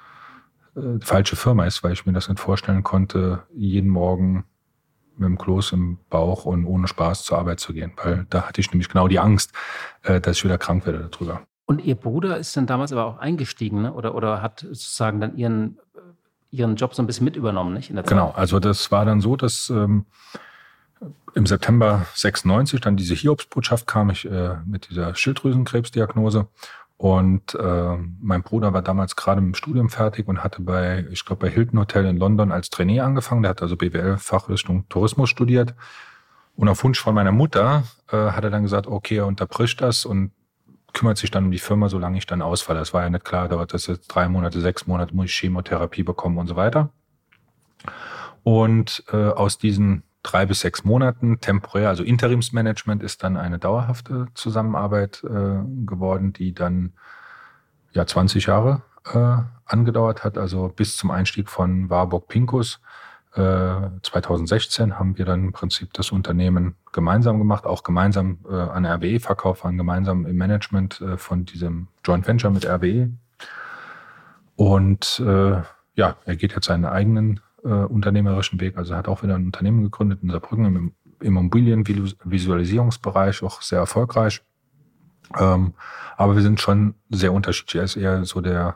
Firma ist, weil ich mir das nicht vorstellen konnte, jeden Morgen mit dem Kloß im Bauch und ohne Spaß zur Arbeit zu gehen. Weil da hatte ich nämlich genau die Angst, dass ich wieder krank werde darüber. Und Ihr Bruder ist dann damals aber auch eingestiegen, ne? Oder hat sozusagen dann Ihren Job so ein bisschen mit übernommen, nicht? In der Zeit? Genau, also das war dann so, dass im September 96 dann diese Hiobsbotschaft kam, ich mit dieser Schilddrüsenkrebsdiagnose. Und mein Bruder war damals gerade mit dem Studium fertig und hatte bei Hilton Hotel in London als Trainee angefangen. Der hat also BWL-Fachrichtung Tourismus studiert. Und auf Wunsch von meiner Mutter hat er dann gesagt, okay, er unterbricht das und kümmert sich dann um die Firma, solange ich dann ausfalle. Das war ja nicht klar, dauert das jetzt 3 Monate, 6 Monate, muss ich Chemotherapie bekommen und so weiter. Und aus diesen 3 bis 6 Monaten temporär, also Interimsmanagement, ist dann eine dauerhafte Zusammenarbeit geworden, die dann 20 Jahre angedauert hat, also bis zum Einstieg von Warburg Pincus. 2016 haben wir dann im Prinzip das Unternehmen gemeinsam gemacht, auch gemeinsam an RWE verkauft, waren gemeinsam im Management von diesem Joint Venture mit RWE. Und er geht jetzt seinen eigenen unternehmerischen Weg, also hat auch wieder ein Unternehmen gegründet in Saarbrücken im Immobilienvisualisierungsbereich, auch sehr erfolgreich. Aber wir sind schon sehr unterschiedlich. Er ist eher so der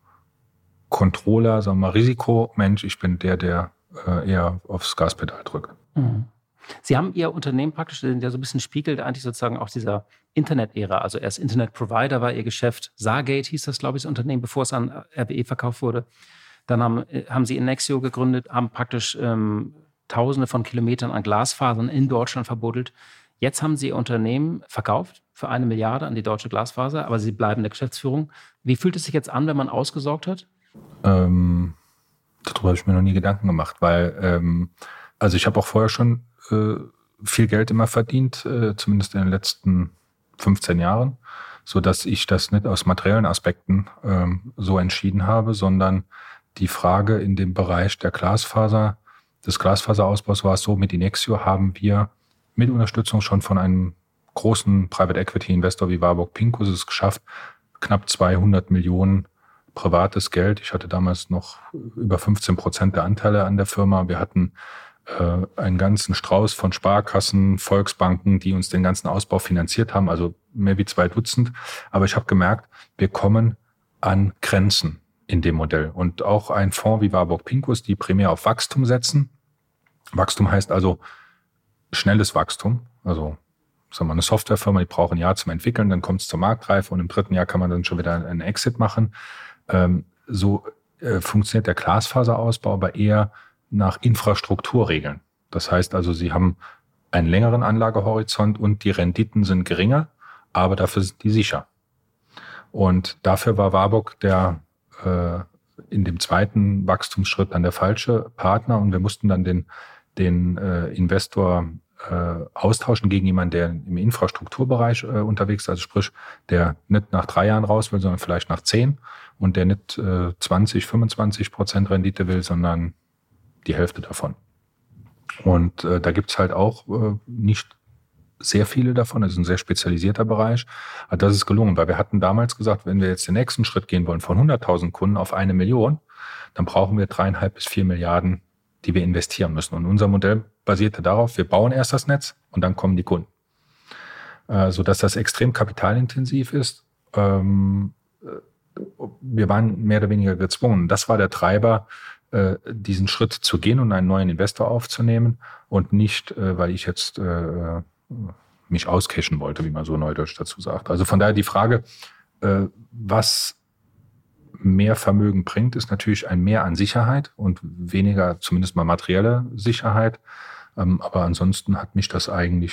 Controller, sagen wir mal Risikomensch. Ich bin der eher aufs Gaspedal drückt. Mhm. Sie haben Ihr Unternehmen praktisch, der so ein bisschen spiegelt eigentlich sozusagen auch dieser Internet-Ära. Also erst Internet-Provider war Ihr Geschäft. Saargate hieß das, glaube ich, das Unternehmen, bevor es an RWE verkauft wurde. Dann haben Sie Inexio gegründet, haben praktisch Tausende von Kilometern an Glasfasern in Deutschland verbuddelt. Jetzt haben Sie Ihr Unternehmen verkauft für 1 Milliarde an die Deutsche Glasfaser, aber Sie bleiben in der Geschäftsführung. Wie fühlt es sich jetzt an, wenn man ausgesorgt hat? Darüber habe ich mir noch nie Gedanken gemacht, weil ich habe auch vorher schon viel Geld immer verdient, zumindest in den letzten 15 Jahren, sodass ich das nicht aus materiellen Aspekten so entschieden habe, sondern die Frage in dem Bereich des Glasfaserausbaus war es so, mit Inexio haben wir mit Unterstützung schon von einem großen Private Equity Investor wie Warburg Pincus es geschafft, knapp 200 Millionen privates Geld. Ich hatte damals noch über 15% der Anteile an der Firma. Wir hatten einen ganzen Strauß von Sparkassen, Volksbanken, die uns den ganzen Ausbau finanziert haben, also mehr wie 2 Dutzend. Aber ich habe gemerkt, wir kommen an Grenzen in dem Modell. Und auch ein Fonds wie Warburg Pincus, die primär auf Wachstum setzen. Wachstum heißt also schnelles Wachstum. Also sagen wir eine Softwarefirma, die braucht ein Jahr zum Entwickeln, dann kommt es zur Marktreife und im 3. Jahr kann man dann schon wieder einen Exit machen. So funktioniert der Glasfaserausbau aber eher nach Infrastrukturregeln. Das heißt also, sie haben einen längeren Anlagehorizont und die Renditen sind geringer, aber dafür sind die sicher. Und dafür war Warburg in dem zweiten Wachstumsschritt dann der falsche Partner und wir mussten dann den Investor austauschen gegen jemanden, der im Infrastrukturbereich unterwegs ist, also sprich, der nicht nach 3 Jahren raus will, sondern vielleicht nach 10 und der nicht 20-25% Rendite will, sondern die Hälfte davon. Und da gibt's halt auch nicht sehr viele davon, das ist ein sehr spezialisierter Bereich, aber das ist gelungen, weil wir hatten damals gesagt, wenn wir jetzt den nächsten Schritt gehen wollen von 100.000 Kunden auf 1 Million, dann brauchen wir 3,5 bis 4 Milliarden, die wir investieren müssen. Und unser Modell basierte darauf, wir bauen erst das Netz und dann kommen die Kunden. Sodass das extrem kapitalintensiv ist. Wir waren mehr oder weniger gezwungen. Das war der Treiber, diesen Schritt zu gehen und einen neuen Investor aufzunehmen und nicht, weil ich jetzt mich auscashen wollte, wie man so neudeutsch dazu sagt. Also von daher die Frage, was mehr Vermögen bringt, ist natürlich ein Mehr an Sicherheit und weniger zumindest mal materielle Sicherheit. Aber ansonsten hat mich das eigentlich,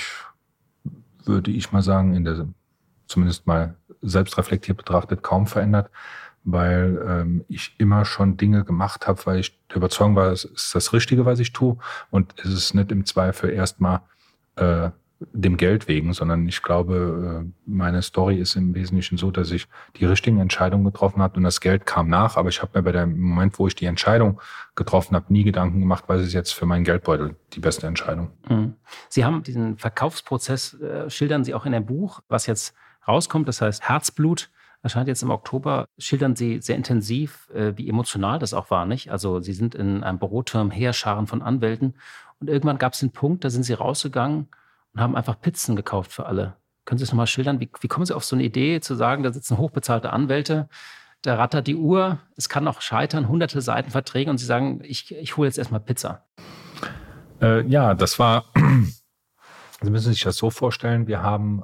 würde ich mal sagen, zumindest mal selbstreflektiert betrachtet, kaum verändert, weil ich immer schon Dinge gemacht habe, weil ich der Überzeugung war, es ist das Richtige, was ich tue und es ist nicht im Zweifel erstmal dem Geld wegen, sondern ich glaube, meine Story ist im Wesentlichen so, dass ich die richtigen Entscheidungen getroffen habe und das Geld kam nach, aber ich habe mir im Moment, wo ich die Entscheidung getroffen habe, nie Gedanken gemacht, was ist jetzt für meinen Geldbeutel die beste Entscheidung. Sie haben diesen Verkaufsprozess, schildern Sie auch in dem Buch, was jetzt rauskommt, das heißt Herzblut, erscheint jetzt im Oktober, schildern Sie sehr intensiv, wie emotional das auch war, nicht? Also Sie sind in einem Büroturm, Heerscharen von Anwälten und irgendwann gab es den Punkt, da sind Sie rausgegangen und haben einfach Pizzen gekauft für alle. Können Sie es nochmal schildern? Wie kommen Sie auf so eine Idee, zu sagen, da sitzen hochbezahlte Anwälte, da rattert die Uhr, es kann auch scheitern, hunderte Seiten Verträge und Sie sagen, ich hole jetzt erstmal Pizza. Das war, Sie müssen sich das so vorstellen, wir haben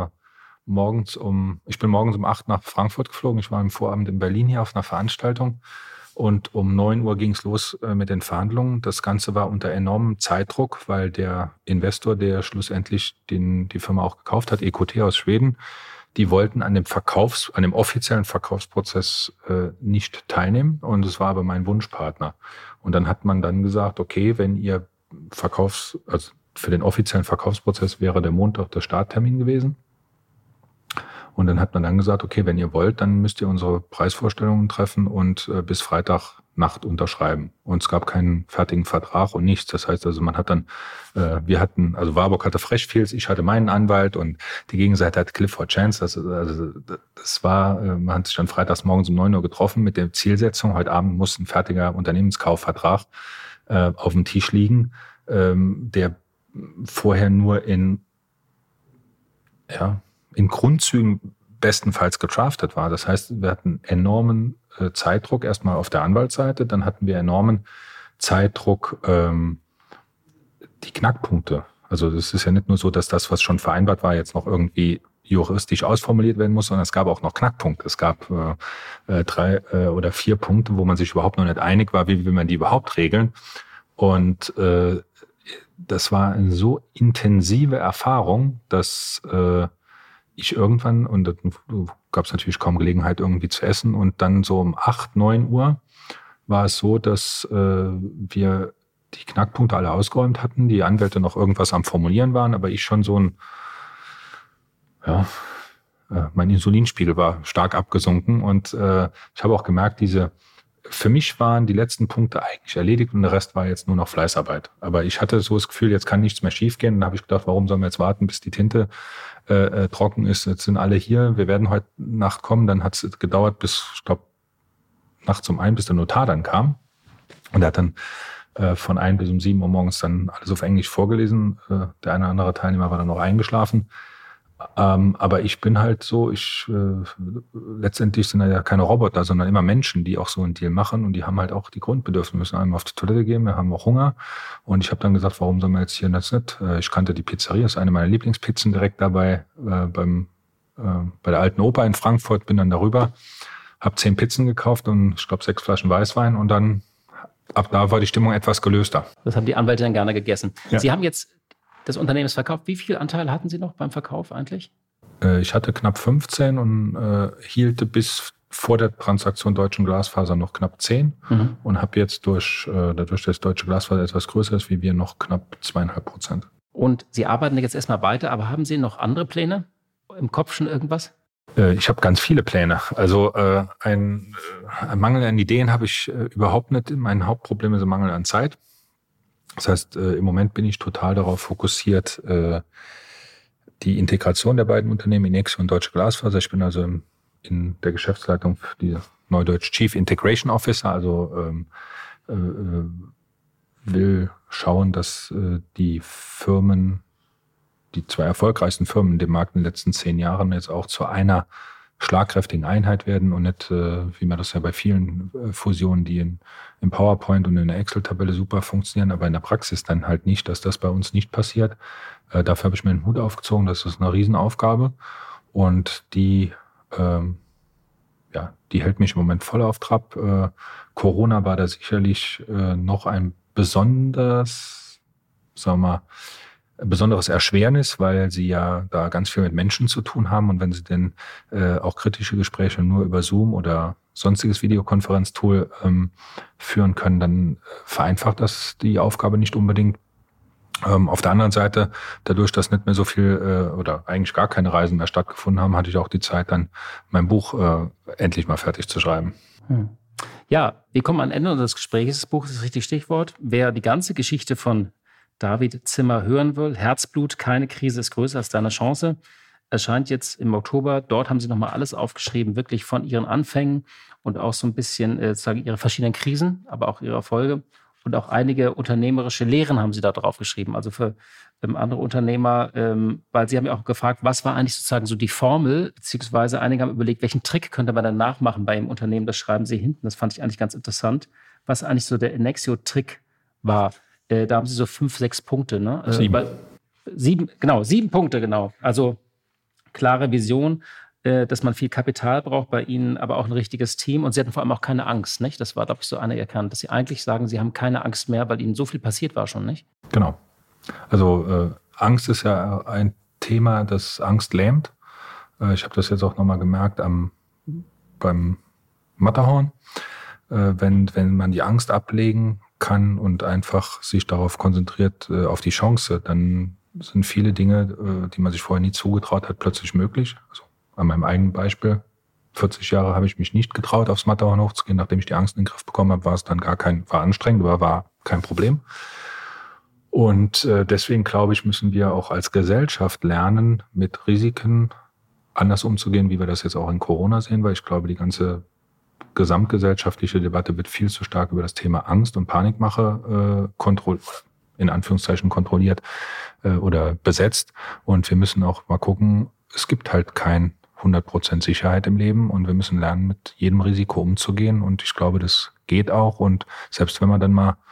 ich bin morgens um 8 nach Frankfurt geflogen, ich war am Vorabend in Berlin hier auf einer Veranstaltung. Und um 9 Uhr ging es los mit den Verhandlungen. Das Ganze war unter enormem Zeitdruck, weil der Investor, der schlussendlich die Firma auch gekauft hat, EQT aus Schweden, die wollten an dem offiziellen Verkaufsprozess nicht teilnehmen. Und es war aber mein Wunschpartner. Und dann hat man dann gesagt, okay, wenn ihr also für den offiziellen Verkaufsprozess wäre der Montag der Starttermin gewesen. Und dann hat man dann gesagt, okay, wenn ihr wollt, dann müsst ihr unsere Preisvorstellungen treffen und bis Freitagnacht unterschreiben. Und es gab keinen fertigen Vertrag und nichts. Das heißt also, man hat dann, Warburg hatte Freshfields, ich hatte meinen Anwalt und die Gegenseite hat Clifford Chance. Man hat sich dann freitags morgens um 9 Uhr getroffen mit der Zielsetzung, heute Abend muss ein fertiger Unternehmenskaufvertrag auf dem Tisch liegen, der vorher nur in Grundzügen bestenfalls gedraftet war. Das heißt, wir hatten enormen Zeitdruck erstmal auf der Anwaltsseite, dann hatten wir enormen Zeitdruck, die Knackpunkte. Also das ist ja nicht nur so, dass das, was schon vereinbart war, jetzt noch irgendwie juristisch ausformuliert werden muss, sondern es gab auch noch Knackpunkte. Es gab 3 oder 4 Punkte, wo man sich überhaupt noch nicht einig war, wie will man die überhaupt regeln. Und das war eine so intensive Erfahrung, dass ich irgendwann, und da gab es natürlich kaum Gelegenheit irgendwie zu essen, und dann so um 8, 9 Uhr war es so, dass wir die Knackpunkte alle ausgeräumt hatten, die Anwälte noch irgendwas am Formulieren waren, aber ich schon mein Insulinspiegel war stark abgesunken und ich habe auch gemerkt, für mich waren die letzten Punkte eigentlich erledigt und der Rest war jetzt nur noch Fleißarbeit. Aber ich hatte so das Gefühl, jetzt kann nichts mehr schiefgehen. Und dann habe ich gedacht, warum sollen wir jetzt warten, bis die Tinte trocken ist? Jetzt sind alle hier, wir werden heute Nacht kommen. Dann hat es gedauert bis, ich glaube, nachts um 1, bis der Notar dann kam. Und er hat dann von 1 bis um 7 Uhr morgens dann alles auf Englisch vorgelesen. Der eine oder andere Teilnehmer war dann noch eingeschlafen. Aber ich bin halt so, letztendlich sind ja keine Roboter, sondern immer Menschen, die auch so einen Deal machen und die haben halt auch die Grundbedürfnisse. Wir müssen einmal auf die Toilette gehen, wir haben auch Hunger und ich habe dann gesagt, warum sollen wir jetzt hier das nicht? Ich kannte die Pizzeria, das ist eine meiner Lieblingspizzen direkt dabei bei der Alten Oper in Frankfurt, bin dann darüber, habe 10 Pizzen gekauft und ich glaube 6 Flaschen Weißwein und dann ab da war die Stimmung etwas gelöster. Das haben die Anwälte dann gerne gegessen. Ja. Sie haben jetzt das Unternehmen ist verkauft. Wie viel Anteil hatten Sie noch beim Verkauf eigentlich? Ich hatte knapp 15 und hielte bis vor der Transaktion Deutschen Glasfaser noch knapp 10 und habe jetzt dadurch, dass Deutsche Glasfaser etwas größer ist wie wir, noch knapp 2,5%. Und Sie arbeiten jetzt erstmal weiter, aber haben Sie noch andere Pläne? Im Kopf schon irgendwas? Ich habe ganz viele Pläne. Also ein Mangel an Ideen habe ich überhaupt nicht. Mein Hauptproblem ist ein Mangel an Zeit. Das heißt, im Moment bin ich total darauf fokussiert, die Integration der beiden Unternehmen, Inexio und Deutsche Glasfaser. Ich bin also in der Geschäftsleitung für die Neudeutsch Chief Integration Officer, also will schauen, dass die Firmen, die 2 erfolgreichsten Firmen in dem Markt in den letzten 10 Jahren jetzt auch zu einer schlagkräftigen Einheit werden und nicht, wie man das ja bei vielen Fusionen, die im PowerPoint und in der Excel-Tabelle super funktionieren, aber in der Praxis dann halt nicht, dass das bei uns nicht passiert. Dafür habe ich mir den Hut aufgezogen, das ist eine Riesenaufgabe und die hält mich im Moment voll auf Trab. Corona war da sicherlich noch ein besonders, sagen wir mal, besonderes Erschwernis, weil sie ja da ganz viel mit Menschen zu tun haben. Und wenn sie denn auch kritische Gespräche nur über Zoom oder sonstiges Videokonferenztool führen können, dann vereinfacht das die Aufgabe nicht unbedingt. Auf der anderen Seite, dadurch, dass nicht mehr so viel oder eigentlich gar keine Reisen mehr stattgefunden haben, hatte ich auch die Zeit, dann mein Buch endlich mal fertig zu schreiben. Ja, wir kommen am Ende unseres Gesprächs. Das Buch ist das richtige Stichwort. Wer die ganze Geschichte von David Zimmer hören will, Herzblut, keine Krise ist größer als deine Chance, erscheint jetzt im Oktober. Dort haben sie nochmal alles aufgeschrieben, wirklich von ihren Anfängen und auch so ein bisschen ihre verschiedenen Krisen, aber auch ihre Erfolge. Und auch einige unternehmerische Lehren haben sie da drauf geschrieben. Also für andere Unternehmer, weil sie haben ja auch gefragt, was war eigentlich sozusagen so die Formel, beziehungsweise einige haben überlegt, welchen Trick könnte man dann nachmachen bei einem Unternehmen. Das schreiben sie hinten. Das fand ich eigentlich ganz interessant, was eigentlich so der Ennexio-Trick war. Da haben sie so 5, 6 Punkte. Ne? 7 Punkte, genau. Also klare Vision, dass man viel Kapital braucht bei ihnen, aber auch ein richtiges Team. Und sie hatten vor allem auch keine Angst, nicht? Das war, glaube ich, so eine erkannt, dass sie eigentlich sagen, sie haben keine Angst mehr, weil ihnen so viel passiert war schon, nicht? Genau. Also Angst ist ja ein Thema, das Angst lähmt. Ich habe das jetzt auch nochmal gemerkt beim Matterhorn. Wenn man die Angst ablegen kann und einfach sich darauf konzentriert, auf die Chance, dann sind viele Dinge, die man sich vorher nie zugetraut hat, plötzlich möglich. Also an meinem eigenen Beispiel, 40 Jahre habe ich mich nicht getraut, aufs Matterhorn hochzugehen. Nachdem ich die Angst in den Griff bekommen habe, war es dann war anstrengend, aber war kein Problem. Und deswegen glaube ich, müssen wir auch als Gesellschaft lernen, mit Risiken anders umzugehen, wie wir das jetzt auch in Corona sehen, weil ich glaube, die ganze gesamtgesellschaftliche Debatte wird viel zu stark über das Thema Angst und Panikmache in Anführungszeichen kontrolliert oder besetzt. Und wir müssen auch mal gucken, es gibt halt kein 100% Sicherheit im Leben und wir müssen lernen, mit jedem Risiko umzugehen. Und ich glaube, das geht auch. Und selbst wenn man dann mal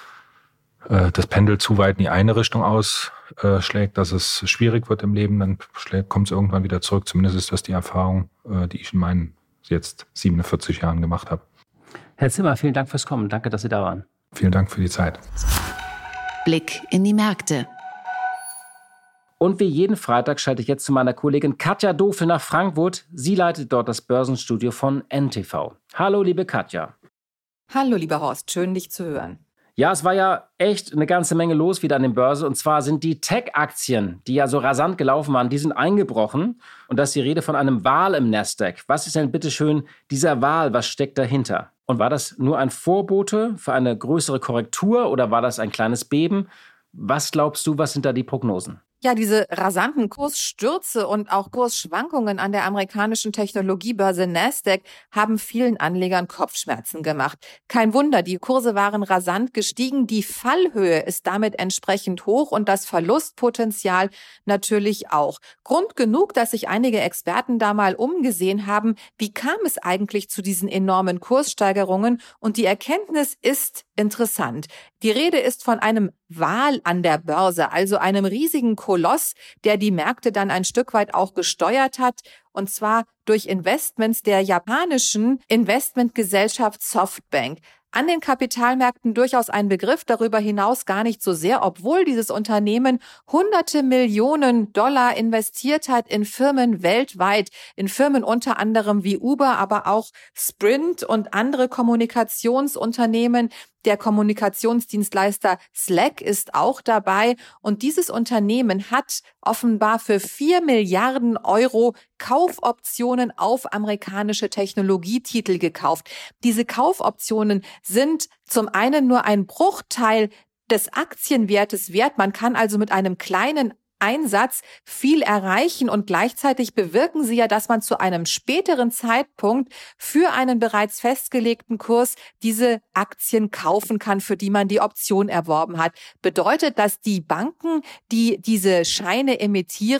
das Pendel zu weit in die eine Richtung ausschlägt, dass es schwierig wird im Leben, dann kommt es irgendwann wieder zurück. Zumindest ist das die Erfahrung, die ich in meinen jetzt 47 Jahren gemacht habe. Herr Zimmer, vielen Dank fürs Kommen. Danke, dass Sie da waren. Vielen Dank für die Zeit. Blick in die Märkte. Und wie jeden Freitag schalte ich jetzt zu meiner Kollegin Katja Dofel nach Frankfurt. Sie leitet dort das Börsenstudio von NTV. Hallo, liebe Katja. Hallo, lieber Horst. Schön, dich zu hören. Ja, es war ja echt eine ganze Menge los wieder an den Börsen. Und zwar sind die Tech-Aktien, die ja so rasant gelaufen waren, die sind eingebrochen. Und da ist die Rede von einem Wal im Nasdaq. Was ist denn bitteschön dieser Wal? Was steckt dahinter? Und war das nur ein Vorbote für eine größere Korrektur oder war das ein kleines Beben? Was glaubst du, was sind da die Prognosen? Ja, diese rasanten Kursstürze und auch Kursschwankungen an der amerikanischen Technologiebörse Nasdaq haben vielen Anlegern Kopfschmerzen gemacht. Kein Wunder, die Kurse waren rasant gestiegen, die Fallhöhe ist damit entsprechend hoch und das Verlustpotenzial natürlich auch. Grund genug, dass sich einige Experten da mal umgesehen haben, wie kam es eigentlich zu diesen enormen Kurssteigerungen? Und die Erkenntnis ist interessant. Die Rede ist von einem Wal an der Börse, also einem riesigen Koloss, der die Märkte dann ein Stück weit auch gesteuert hat, und zwar durch Investments der japanischen Investmentgesellschaft Softbank. An den Kapitalmärkten durchaus ein Begriff, darüber hinaus gar nicht so sehr, obwohl dieses Unternehmen hunderte Millionen Dollar investiert hat in Firmen weltweit, in Firmen unter anderem wie Uber, aber auch Sprint und andere Kommunikationsunternehmen. Der Kommunikationsdienstleister Slack ist auch dabei und dieses Unternehmen hat offenbar für 4 Milliarden Euro Kaufoptionen auf amerikanische Technologietitel gekauft. Diese Kaufoptionen sind zum einen nur ein Bruchteil des Aktienwertes wert. Man kann also mit einem kleinen Einsatz viel erreichen und gleichzeitig bewirken sie ja, dass man zu einem späteren Zeitpunkt für einen bereits festgelegten Kurs diese Aktien kaufen kann, für die man die Option erworben hat. Bedeutet, dass die Banken, die diese Scheine emittieren,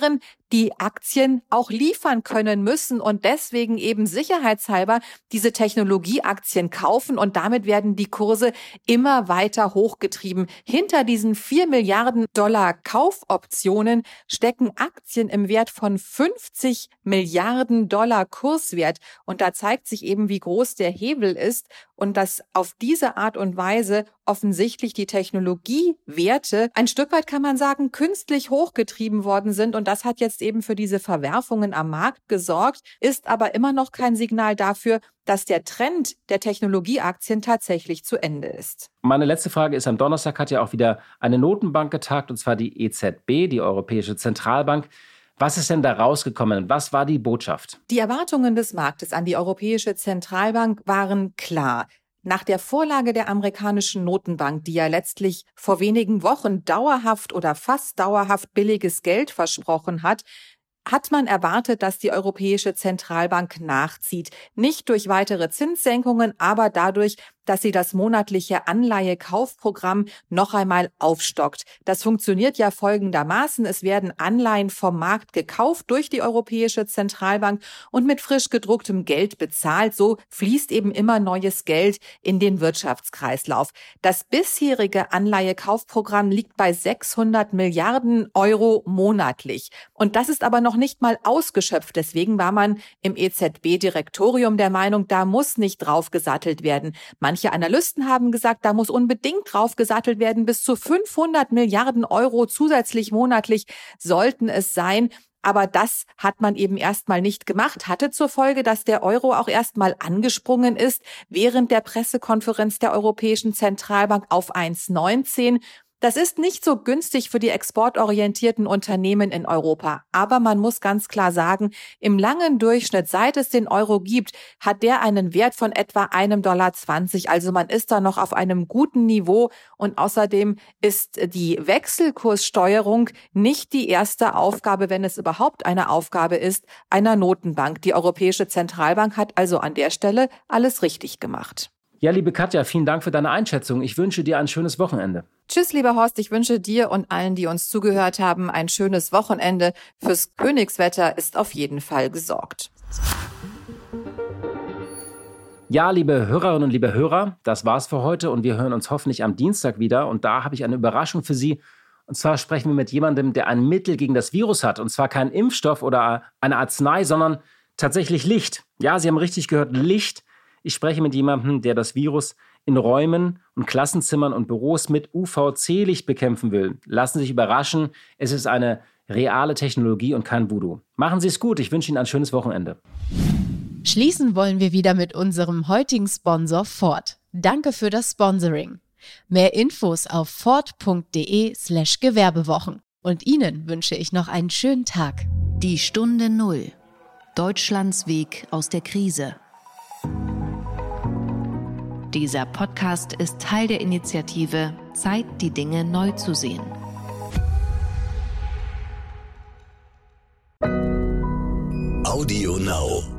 die Aktien auch liefern können müssen und deswegen eben sicherheitshalber diese Technologieaktien kaufen und damit werden die Kurse immer weiter hochgetrieben. Hinter diesen 4 Milliarden Dollar Kaufoptionen stecken Aktien im Wert von 50 Milliarden Dollar Kurswert und da zeigt sich eben, wie groß der Hebel ist und dass auf diese Art und Weise offensichtlich die Technologiewerte ein Stück weit, kann man sagen, künstlich hochgetrieben worden sind und das hat jetzt eben für diese Verwerfungen am Markt gesorgt, ist aber immer noch kein Signal dafür, dass der Trend der Technologieaktien tatsächlich zu Ende ist. Meine letzte Frage ist, am Donnerstag hat ja auch wieder eine Notenbank getagt, und zwar die EZB, die Europäische Zentralbank. Was ist denn da rausgekommen? Was war die Botschaft? Die Erwartungen des Marktes an die Europäische Zentralbank waren klar. Nach der Vorlage der amerikanischen Notenbank, die ja letztlich vor wenigen Wochen dauerhaft oder fast dauerhaft billiges Geld versprochen hat man erwartet, dass die Europäische Zentralbank nachzieht. Nicht durch weitere Zinssenkungen, aber dadurch, dass sie das monatliche Anleihekaufprogramm noch einmal aufstockt. Das funktioniert ja folgendermaßen. Es werden Anleihen vom Markt gekauft durch die Europäische Zentralbank und mit frisch gedrucktem Geld bezahlt. So fließt eben immer neues Geld in den Wirtschaftskreislauf. Das bisherige Anleihekaufprogramm liegt bei 600 Milliarden Euro monatlich. Und das ist aber noch nicht mal ausgeschöpft. Deswegen war man im EZB-Direktorium der Meinung, da muss nicht draufgesattelt werden. Manche Analysten haben gesagt, da muss unbedingt draufgesattelt werden. Bis zu 500 Milliarden Euro zusätzlich monatlich sollten es sein. Aber das hat man eben erstmal nicht gemacht, hatte zur Folge, dass der Euro auch erstmal angesprungen ist während der Pressekonferenz der Europäischen Zentralbank auf 1,19. Das ist nicht so günstig für die exportorientierten Unternehmen in Europa. Aber man muss ganz klar sagen, im langen Durchschnitt, seit es den Euro gibt, hat der einen Wert von etwa $1,20. Also man ist da noch auf einem guten Niveau. Und außerdem ist die Wechselkurssteuerung nicht die erste Aufgabe, wenn es überhaupt eine Aufgabe ist, einer Notenbank. Die Europäische Zentralbank hat also an der Stelle alles richtig gemacht. Ja, liebe Katja, vielen Dank für deine Einschätzung. Ich wünsche dir ein schönes Wochenende. Tschüss, lieber Horst. Ich wünsche dir und allen, die uns zugehört haben, ein schönes Wochenende. Fürs Königswetter ist auf jeden Fall gesorgt. Ja, liebe Hörerinnen und liebe Hörer, das war's für heute und wir hören uns hoffentlich am Dienstag wieder. Und da habe ich eine Überraschung für Sie. Und zwar sprechen wir mit jemandem, der ein Mittel gegen das Virus hat. Und zwar kein Impfstoff oder eine Arznei, sondern tatsächlich Licht. Ja, Sie haben richtig gehört, Licht. Ich spreche mit jemandem, der das Virus in Räumen und Klassenzimmern und Büros mit UVC-Licht bekämpfen will. Lassen Sie sich überraschen, es ist eine reale Technologie und kein Voodoo. Machen Sie es gut, ich wünsche Ihnen ein schönes Wochenende. Schließen wollen wir wieder mit unserem heutigen Sponsor Ford. Danke für das Sponsoring. Mehr Infos auf ford.de/Gewerbewochen. Und Ihnen wünsche ich noch einen schönen Tag. Die Stunde Null. Deutschlands Weg aus der Krise. Dieser Podcast ist Teil der Initiative Zeit, die Dinge neu zu sehen. Audio Now.